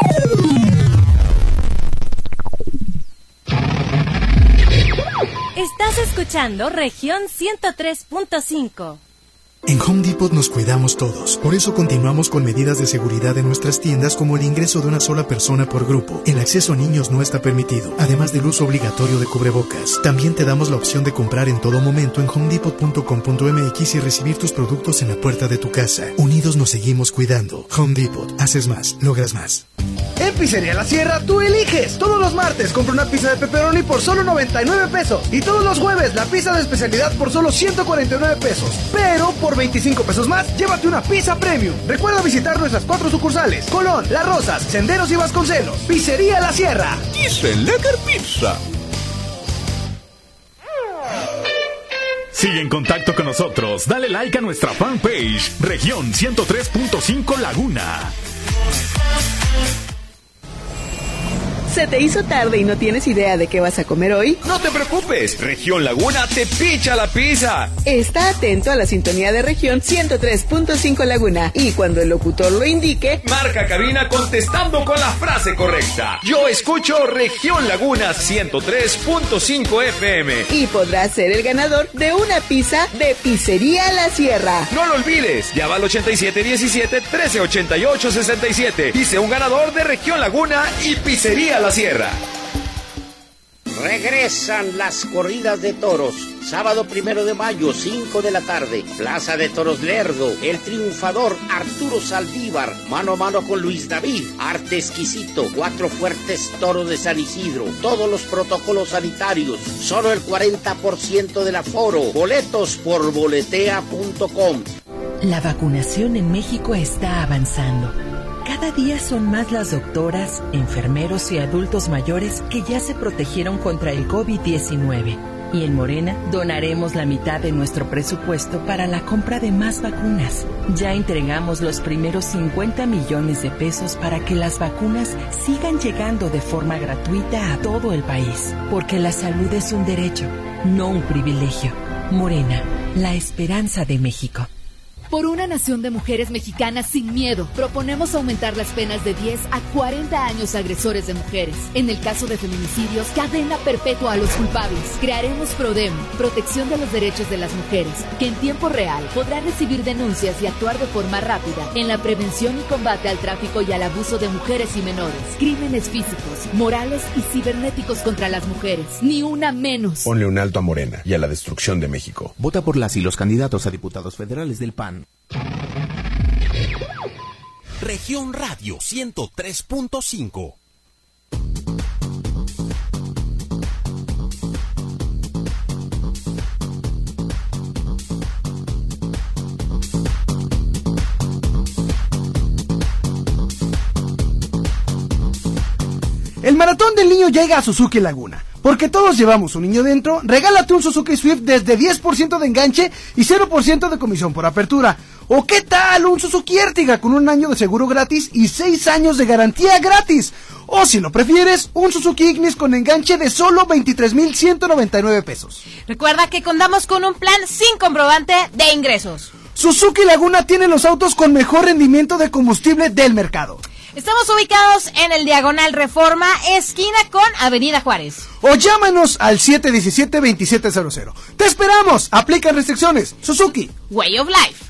Estás escuchando Región ciento tres punto cinco. En Home Depot nos cuidamos todos. Por eso continuamos con medidas de seguridad en nuestras tiendas, como el ingreso de una sola persona por grupo. El acceso a niños no está permitido, además del uso obligatorio de cubrebocas. También te damos la opción de comprar en todo momento en home depot punto com punto m x y recibir tus productos en la puerta de tu casa. Unidos nos seguimos cuidando. Home Depot. Haces más, logras más. En Pizzería La Sierra tú eliges. Todos los martes compra una pizza de pepperoni por solo noventa y nueve pesos. Y todos los jueves la pizza de especialidad por solo ciento cuarenta y nueve pesos. Pero por veinticinco pesos más, llévate una pizza premium. Recuerda visitar nuestras cuatro sucursales: Colón, Las Rosas, Senderos y Vasconcelos. Pizzería La Sierra. Dice Lecker Pizza. Sigue en contacto con nosotros. Dale like a nuestra fanpage, Región ciento tres punto cinco Laguna. ¿Se te hizo tarde y no tienes idea de qué vas a comer hoy? No te preocupes, Región Laguna te picha la pizza. Está atento a la sintonía de Región ciento tres punto cinco Laguna y cuando el locutor lo indique, marca cabina contestando con la frase correcta. Yo escucho Región Laguna ciento tres punto cinco F M y podrás ser el ganador de una pizza de Pizzería La Sierra. No lo olvides, llama al ochenta y siete diecisiete trece ochenta y ocho sesenta y siete y sé un ganador de Región Laguna y Pizzería La Sierra. Regresan las corridas de toros. Sábado primero de mayo, cinco de la tarde. Plaza de Toros Lerdo. El triunfador Arturo Saldívar. Mano a mano con Luis David. Arte exquisito. Cuatro fuertes toros de San Isidro. Todos los protocolos sanitarios. Solo el cuarenta por ciento del aforo. Boletos por boletea punto com. La vacunación en México está avanzando. Cada día son más las doctoras, enfermeros y adultos mayores que ya se protegieron contra el COVID diecinueve. Y en Morena donaremos la mitad de nuestro presupuesto para la compra de más vacunas. Ya entregamos los primeros cincuenta millones de pesos para que las vacunas sigan llegando de forma gratuita a todo el país. Porque la salud es un derecho, no un privilegio. Morena, la esperanza de México. Por una nación de mujeres mexicanas sin miedo, proponemos aumentar las penas de diez a cuarenta años a agresores de mujeres. En el caso de feminicidios, cadena perpetua a los culpables. Crearemos PRODEM, Protección de los Derechos de las Mujeres, que en tiempo real podrá recibir denuncias y actuar de forma rápida en la prevención y combate al tráfico y al abuso de mujeres y menores, crímenes físicos, morales y cibernéticos contra las mujeres. Ni una menos. Ponle un alto a Morena y a la destrucción de México. Vota por las y los candidatos a diputados federales del P A N. Región Radio ciento tres punto cinco. El maratón del niño llega a Suzuki Laguna. Porque todos llevamos un niño dentro, regálate un Suzuki Swift desde diez por ciento de enganche y cero por ciento de comisión por apertura. ¿O qué tal un Suzuki Ertiga con un año de seguro gratis y seis años de garantía gratis? O si lo prefieres, un Suzuki Ignis con enganche de solo veintitrés mil ciento noventa y nueve pesos. Recuerda que contamos con un plan sin comprobante de ingresos. Suzuki Laguna tiene los autos con mejor rendimiento de combustible del mercado. Estamos ubicados en el Diagonal Reforma, esquina con Avenida Juárez. O llámanos al siete uno siete, dos siete cero cero. ¡Te esperamos! Aplican restricciones. Suzuki. Way of Life.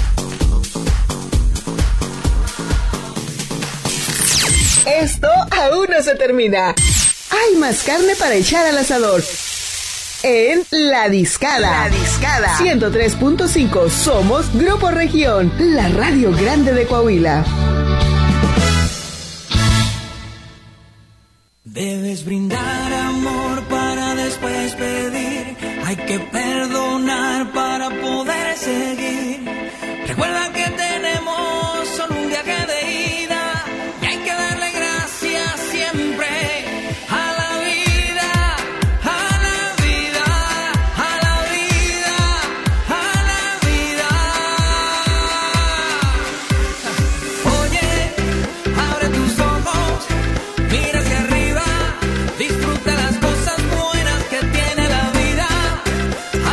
Esto aún no se termina. Hay más carne para echar al asador. En La Discada. La Discada. ciento tres punto cinco. Somos Grupo Región, la radio grande de Coahuila. Debes brindar amor para después pedir. Hay que perdonar para poder seguir. Recuerda que tenemos solo un viaje de ida y hay que darle gracias siempre a la vida, a la vida, a la vida, a la vida. Oye, abre tus ojos, mira hacia arriba. Disfruta las cosas buenas que tiene la vida.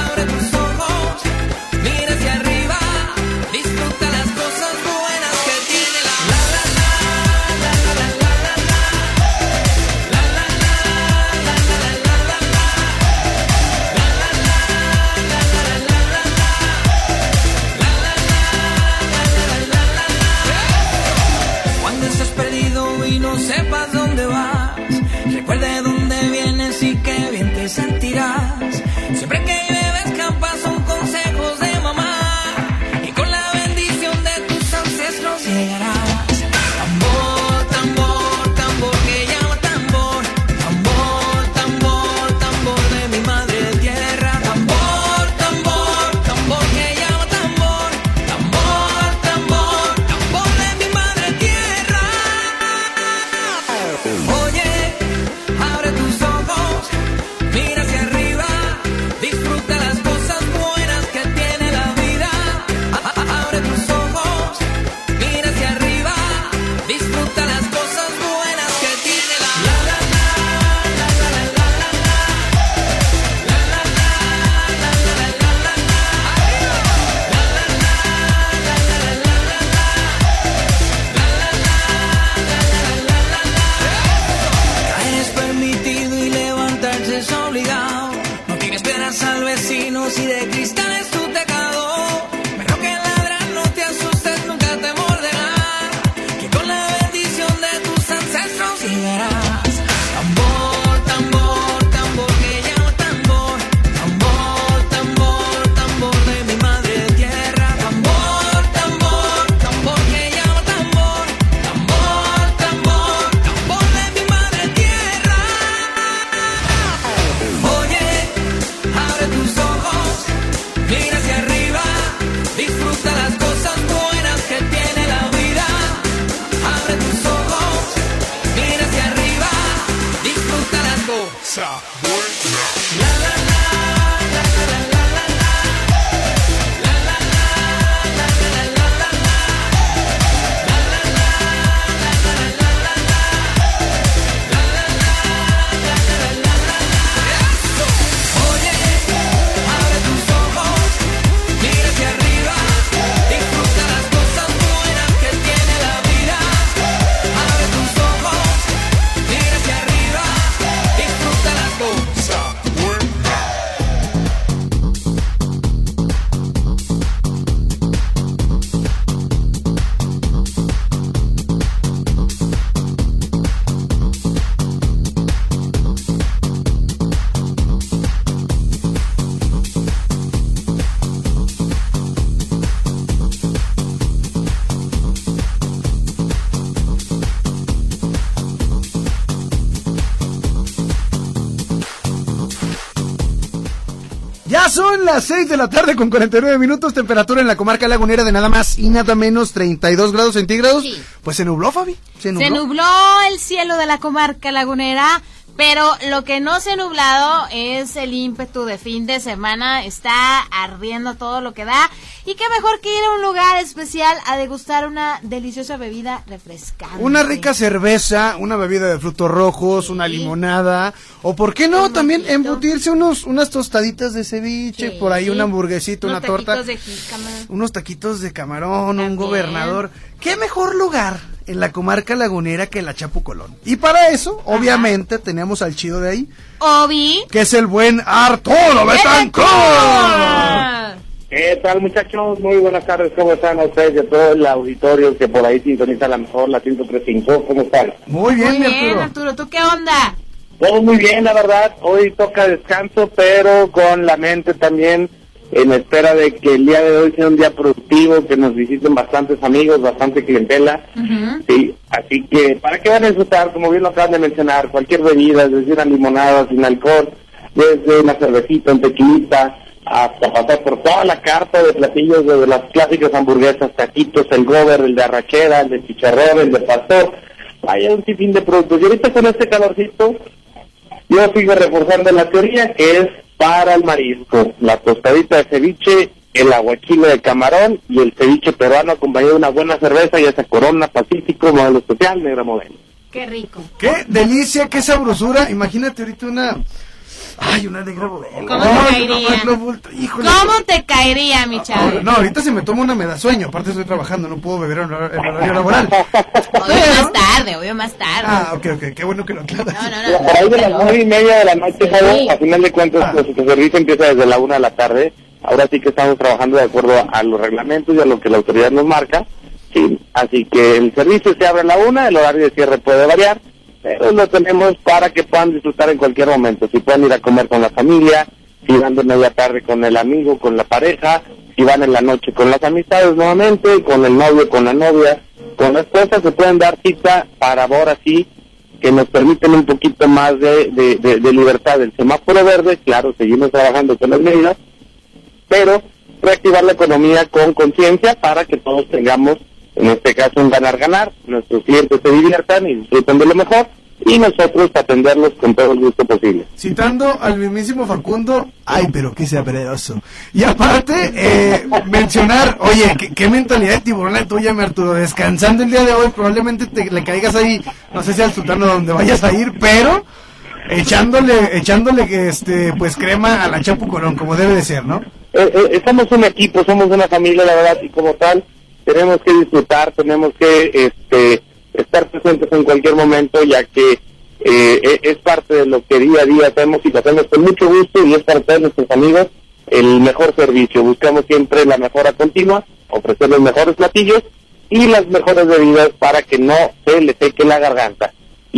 esperas al vecino si de cristal es tu tejado. Pero que ladran, no te asustes, nunca te morderá. Que con la bendición de tus ancestros llegarás. Tambor, tambor, tambor que llama tambor. Tambor, tambor, tambor de mi madre tierra. Tambor, tambor, tambor que llama tambor. Tambor, tambor, tambor de mi madre tierra. Oye, abre tus ojos, mira hacia arriba, disfruta las cosas buenas que tiene la vida. Abre tus ojos, mira hacia arriba, disfruta las cosas buenas. La la la, la la la la la. La la la, la la la la la. La la la, la la la la la. La la la, la la la la la. Oye, abre tus ojos, mira hacia arriba, disfruta las cosas buenas que tiene la vida. Abre tus ojos, mira hacia arriba, disfruta las cosas buenas. Ya son las seis de la tarde con cuarenta y nueve minutos, temperatura en la comarca lagunera de nada más y nada menos treinta y dos grados centígrados. Sí. Pues se nubló, Fabi. Se nubló. Se nubló el cielo de la comarca lagunera, pero lo que no se ha nublado es el ímpetu de fin de semana. Está ardiendo todo lo que da. Y qué mejor que ir a un lugar especial a degustar una deliciosa bebida refrescante. Una rica cerveza, una bebida de frutos rojos, una limonada, o por qué no, también embutirse unos unas tostaditas de ceviche, Sí. por ahí una hamburguesita, Unos una torta, taquitos de jícama. unos taquitos de camarón, un También. gobernador. ¿Qué mejor lugar en la comarca lagunera que la Chapucolón? Y para eso, obviamente, tenemos al chido de ahí, Obi. que es el buen Arturo Betancourt. ¿Qué tal, muchachos? Muy buenas tardes, ¿cómo están ustedes y a todo el auditorio que por ahí sintoniza a la mejor, la ciento tres punto cinco? ¿Cómo están? Muy bien, Muy mi bien, Arturo. Arturo. ¿Tú qué onda? Todo muy bien, la verdad. Hoy toca descanso, pero con la mente también en espera de que el día de hoy sea un día productivo, que nos visiten bastantes amigos, bastante clientela. Uh-huh. Sí, así que para que van a disfrutar, como bien lo acaban de mencionar, cualquier bebida, desde una limonada sin alcohol, desde una cervecita, un tequilita, hasta pasar por toda la carta de platillos, desde las clásicas hamburguesas, taquitos, el gober, el de arrachera, el de chicharrón, el de pastor. Hay un sinfín de productos. Y ahorita con este calorcito, yo sigo reforzando la teoría que es para el marisco. La tostadita de ceviche, el aguachile de camarón y el ceviche peruano acompañado de una buena cerveza, ya sea Corona, Pacífico, modelo especial, negra modelo. Qué rico. Qué delicia, qué sabrosura. Imagínate ahorita una... Ay, una negra modelo. ¿Cómo te Ay, caería? no, no, no, híjole. ¿Cómo te caería, mi chavo? No, ahorita se me toma una me da sueño. Aparte estoy trabajando, no puedo beber en hor- en horario laboral. Obvio más tarde, obvio más tarde. Ah, ok, ok, qué bueno que lo aclaras. No, no, no. Por ahí de las nueve y media de la noche, Javo, a final de cuentas, nuestro servicio empieza desde la una de la tarde. Ahora sí que estamos trabajando de acuerdo a los reglamentos y a lo que la autoridad nos marca. Sí, así que el servicio se abre a la una, el horario de cierre puede variar, pero lo tenemos para que puedan disfrutar en cualquier momento. Si pueden ir a comer con la familia, si van de media tarde con el amigo, con la pareja, si van en la noche con las amistades nuevamente, con el novio, con la novia, con la esposa, se pueden dar cita para ahora sí que nos permiten un poquito más de, de, de, de libertad. El semáforo verde, claro, seguimos trabajando con las medidas, pero reactivar la economía con conciencia para que todos tengamos, en este caso, un ganar-ganar, nuestros clientes se diviertan y disfruten de lo mejor, y nosotros atenderlos con todo el gusto posible. Citando al mismísimo Facundo, ay, pero qué sabroso. Y aparte, eh, mencionar, oye, ¿qué, qué mentalidad de tiburón la tuya, mi Arturo. Descansando el día de hoy, probablemente te le caigas ahí, no sé si al sultano donde vayas a ir, pero echándole, echándole este, pues crema a la Chapucolón, como debe de ser, ¿no? Eh, eh, somos un equipo, somos una familia, la verdad, y como tal, tenemos que disfrutar, tenemos que este estar presentes en cualquier momento, ya que eh, es parte de lo que día a día hacemos y lo hacemos con mucho gusto y es para todos nuestros amigos el mejor servicio. Buscamos siempre la mejora continua, ofrecer los mejores platillos y las mejores bebidas para que no se le seque la garganta.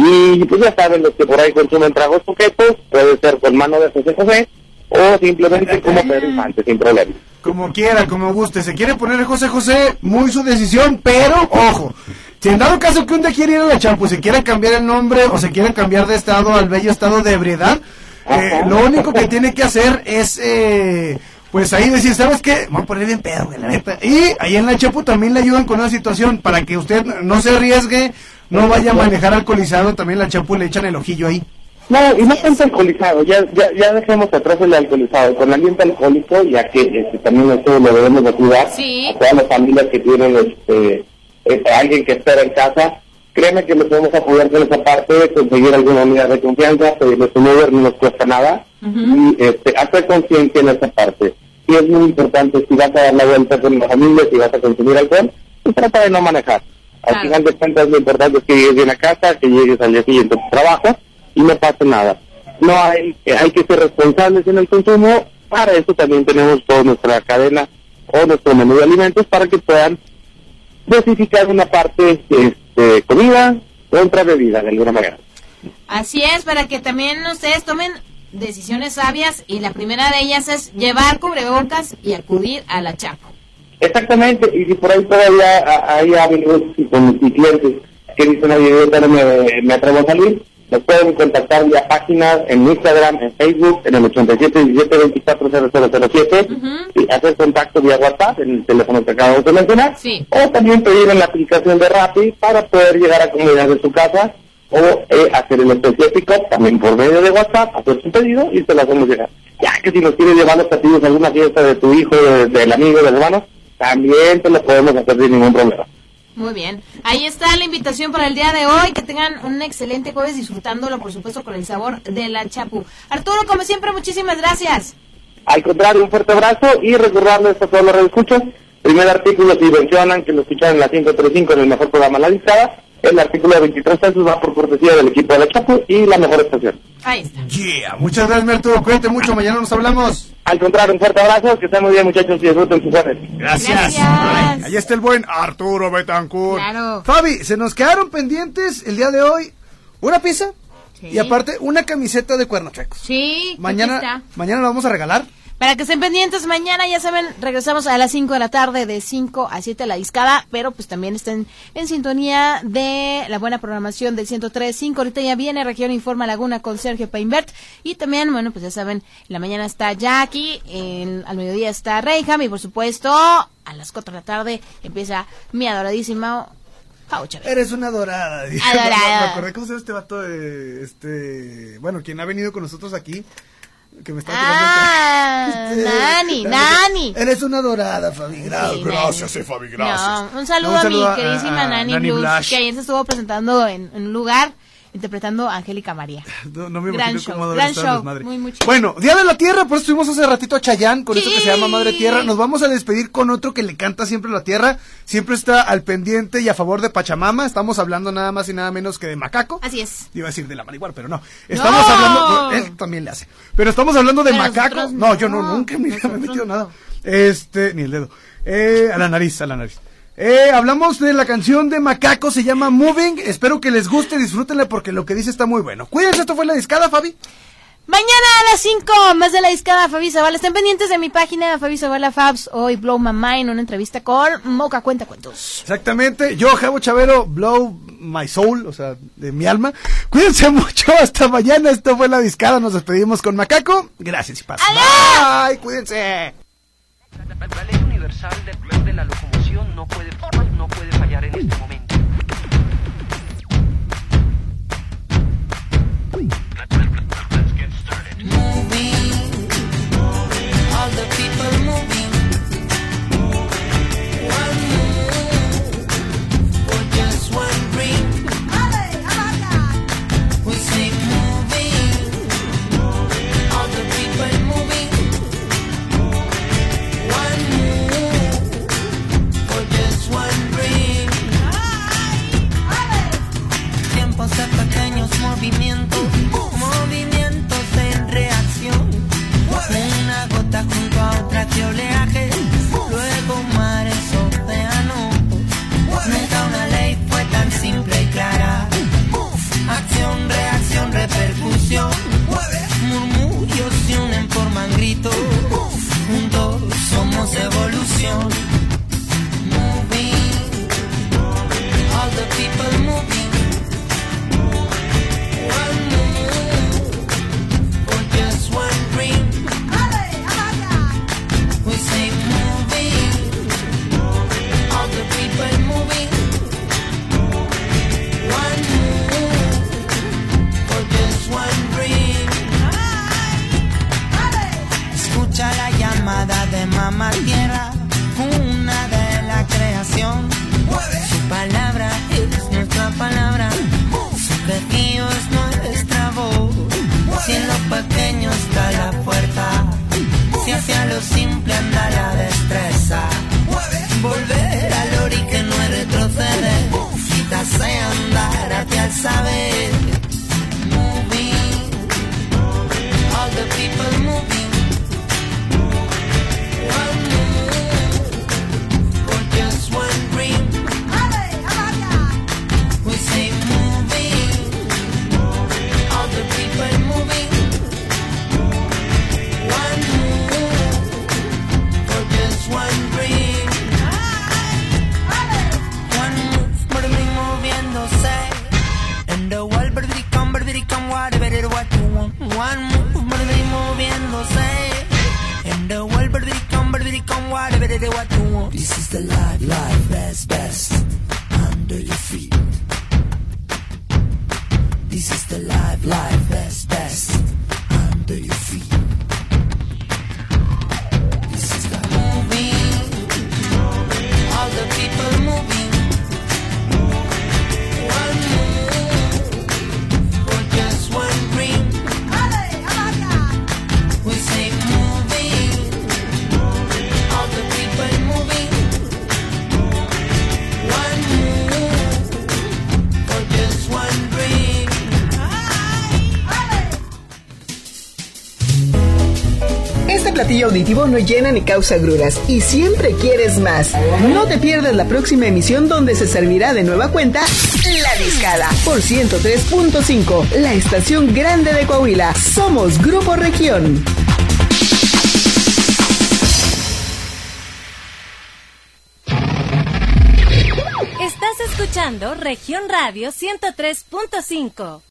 Y pues ya saben, los que por ahí consumen tragos coquetos, puede ser con mano de José José o simplemente como Pedro Infante, sin problema. Como quiera, como guste. Se quiere poner José José, muy su decisión, pero ojo, si en dado caso que un día quiere ir a la Chapu, se quiera cambiar el nombre o se quiera cambiar de estado al bello estado de ebriedad, eh, lo único que tiene que hacer es, eh, pues ahí decir, ¿sabes qué? Vamos a poner bien pedo, güey, la neta. Y ahí en la Chapu también le ayudan con una situación para que usted no se arriesgue, no vaya a manejar alcoholizado, también la Chapu le echan el ojillo ahí. No, y no tanto alcoholizado, ya ya ya dejemos atrás el alcoholizado, con ambiente alcohólico, ya que este, también esto lo debemos de cuidar, sí. A todas las familias que tienen este, este alguien que espera en casa, créeme que les podemos apoyar con esa parte, conseguir alguna unidad de confianza, pedirles un Uber, no nos cuesta nada, uh-huh. y este, hacer conciencia en esa parte. Y es muy importante, si vas a dar la vuelta con la familia, si vas a consumir alcohol, pues trata de no manejar. Al claro. final de cuentas lo importante es que llegues bien a casa, que llegues al día siguiente a tu trabajo, y no pasa nada. No hay hay que ser responsables en el consumo. Para eso también tenemos toda nuestra cadena o nuestro menú de alimentos para que puedan dosificar una parte este, comida contra bebida de alguna manera. Así es, para que también ustedes tomen decisiones sabias y la primera de ellas es llevar cubrebocas y acudir a la Chapu. Exactamente, y si por ahí todavía hay amigos y con mis clientes que dicen, oye, yo no me, me atrevo a salir, nos pueden contactar vía páginas en Instagram, en Facebook, en el ochenta y siete diecisiete veinticuatro cero cero cero siete, uh-huh. y hacer contacto vía WhatsApp, en el teléfono que acabamos de mencionar, sí. o también pedir en la aplicación de Rappi para poder llegar a comunidades de su casa, o eh, hacer el específico también por medio de WhatsApp, hacer su pedido y se lo hacemos llegar. Ya que si nos quieres llevar los platillos a alguna fiesta de tu hijo, de, del amigo, del hermano, también te lo podemos hacer sin ningún problema. Muy bien, ahí está la invitación para el día de hoy, que tengan un excelente jueves disfrutándolo, por supuesto, con el sabor de la Chapu. Arturo, como siempre, muchísimas gracias. Al contrario, un fuerte abrazo y recordarles a todos los radioescuchas, primer artículo, si mencionan que lo escuchan en la ciento tres punto cinco en el mejor programa La Discada, el artículo de veintitrés pesos va por cortesía del equipo de la Chapu y la mejor estación. Ahí está. Yeah, muchas gracias, Arturo, cuídate mucho, mañana nos hablamos. Al contrario, un fuerte abrazo, que estén muy bien, muchachos, y disfruten sus jueves. Gracias. Gracias. Ay, ahí está el buen Arturo Betancourt. Claro. Fabi, se nos quedaron pendientes el día de hoy una pizza sí. y aparte una camiseta de Cuernos Chuecos. Sí, mañana, mañana la vamos a regalar. Para que estén pendientes, mañana ya saben, regresamos a las cinco de la tarde, de cinco a siete La Discada, pero pues también estén en sintonía de la buena programación del ciento tres punto cinco. Ahorita ya viene Región Informa Laguna con Sergio Painbert, y también, bueno, pues ya saben, en la mañana está Jackie, en, al mediodía está Reyham, y por supuesto, a las cuatro de la tarde empieza mi adoradísima Pau Chávez. Eres una adorada. Adorada. Me acordé cómo se llama este vato de, este, bueno, quien ha venido con nosotros aquí. Que me está ah, este, Nani, Nani. Eres una dorada, Fabi. Gracias, sí, gracias, eh, Fabi, gracias. No, un saludo, no, un saludo a mi queridísima a, a Nani, Nani Blues, Blush, que ayer se estuvo presentando en, en un lugar interpretando a Angélica María. No, no me gran imagino show, cómo gran show. Madre. Muy, muy bueno, Día de la Tierra, por eso estuvimos hace ratito a Chayanne con sí. esto que se llama Madre Tierra. Nos vamos a despedir con otro que le canta siempre la tierra, siempre está al pendiente y a favor de Pachamama. Estamos hablando nada más y nada menos que de Macaco. Así es. Iba a decir de la marihuana, pero no. Estamos no. hablando, bueno, él también le hace. Pero estamos hablando de pero Macaco. No, yo no, nunca me, me he metido nada. Este, ni el dedo. Eh, a la nariz, a la nariz. Eh, hablamos de la canción de Macaco, se llama Moving. Espero que les guste, disfrútenla porque lo que dice está muy bueno. Cuídense, esto fue La Discada, Fabi. Mañana a las cinco, más de La Discada, Fabi Zavala. Estén pendientes de mi página, Fabi Zavala Fabs. Hoy Blow My Mind, una entrevista con Moca Cuenta Cuentos. Exactamente, yo, Javo Chavero, Blow My Soul, o sea, de mi alma. Cuídense mucho, hasta mañana. Esto fue La Discada, nos despedimos con Macaco. Gracias y paz. Bye, cuídense. La ley universal de, de la locomoción no puede, no puede fallar en este momento. Let's get started. Moving, all the people moving. One move for just one dream. We say moving, all the people moving. One move for just one dream. y oleajes, luego mares, océanos. Nunca una ley fue tan simple y clara. Acción, reacción, repercusión. Murmullos se unen, forman gritos. Juntos somos evolución. Moving, all the people moving. One move for just one dream. We say moving, all the people moving. One move for just one dream. Escucha la llamada de mamá tierra, una de la creación. Su palabra es nuestra palabra, su quejío es nuestra voz. Si en lo pequeño está la fuerza, si hacia lo simple anda la destreza. Volver al ori que no es retroceder, quizás andar hacia el saber. Moving, all the people moving. One move for just one dream. We say moving, all the people moving. One move for just one dream. One move, birdie moviéndose. And the world, birdie come, birdie come, whatever what you want. One move, birdie moviéndose. And the world, birdie come, birdie come, whatever what you want. This is the life, life that's best under your feet. This is the life, life that's best under your feet. This is the moving, all the people moving. One move for just one dream. We say moving, all the people moving. One move for just one dream. Este platillo auditivo no llena ni causa agruras y siempre quieres más. No te pierdas la próxima emisión donde se servirá de nueva cuenta La Discada por ciento tres punto cinco, la estación grande de Coahuila. Somos Grupo Región. Estás escuchando Región Radio ciento tres punto cinco.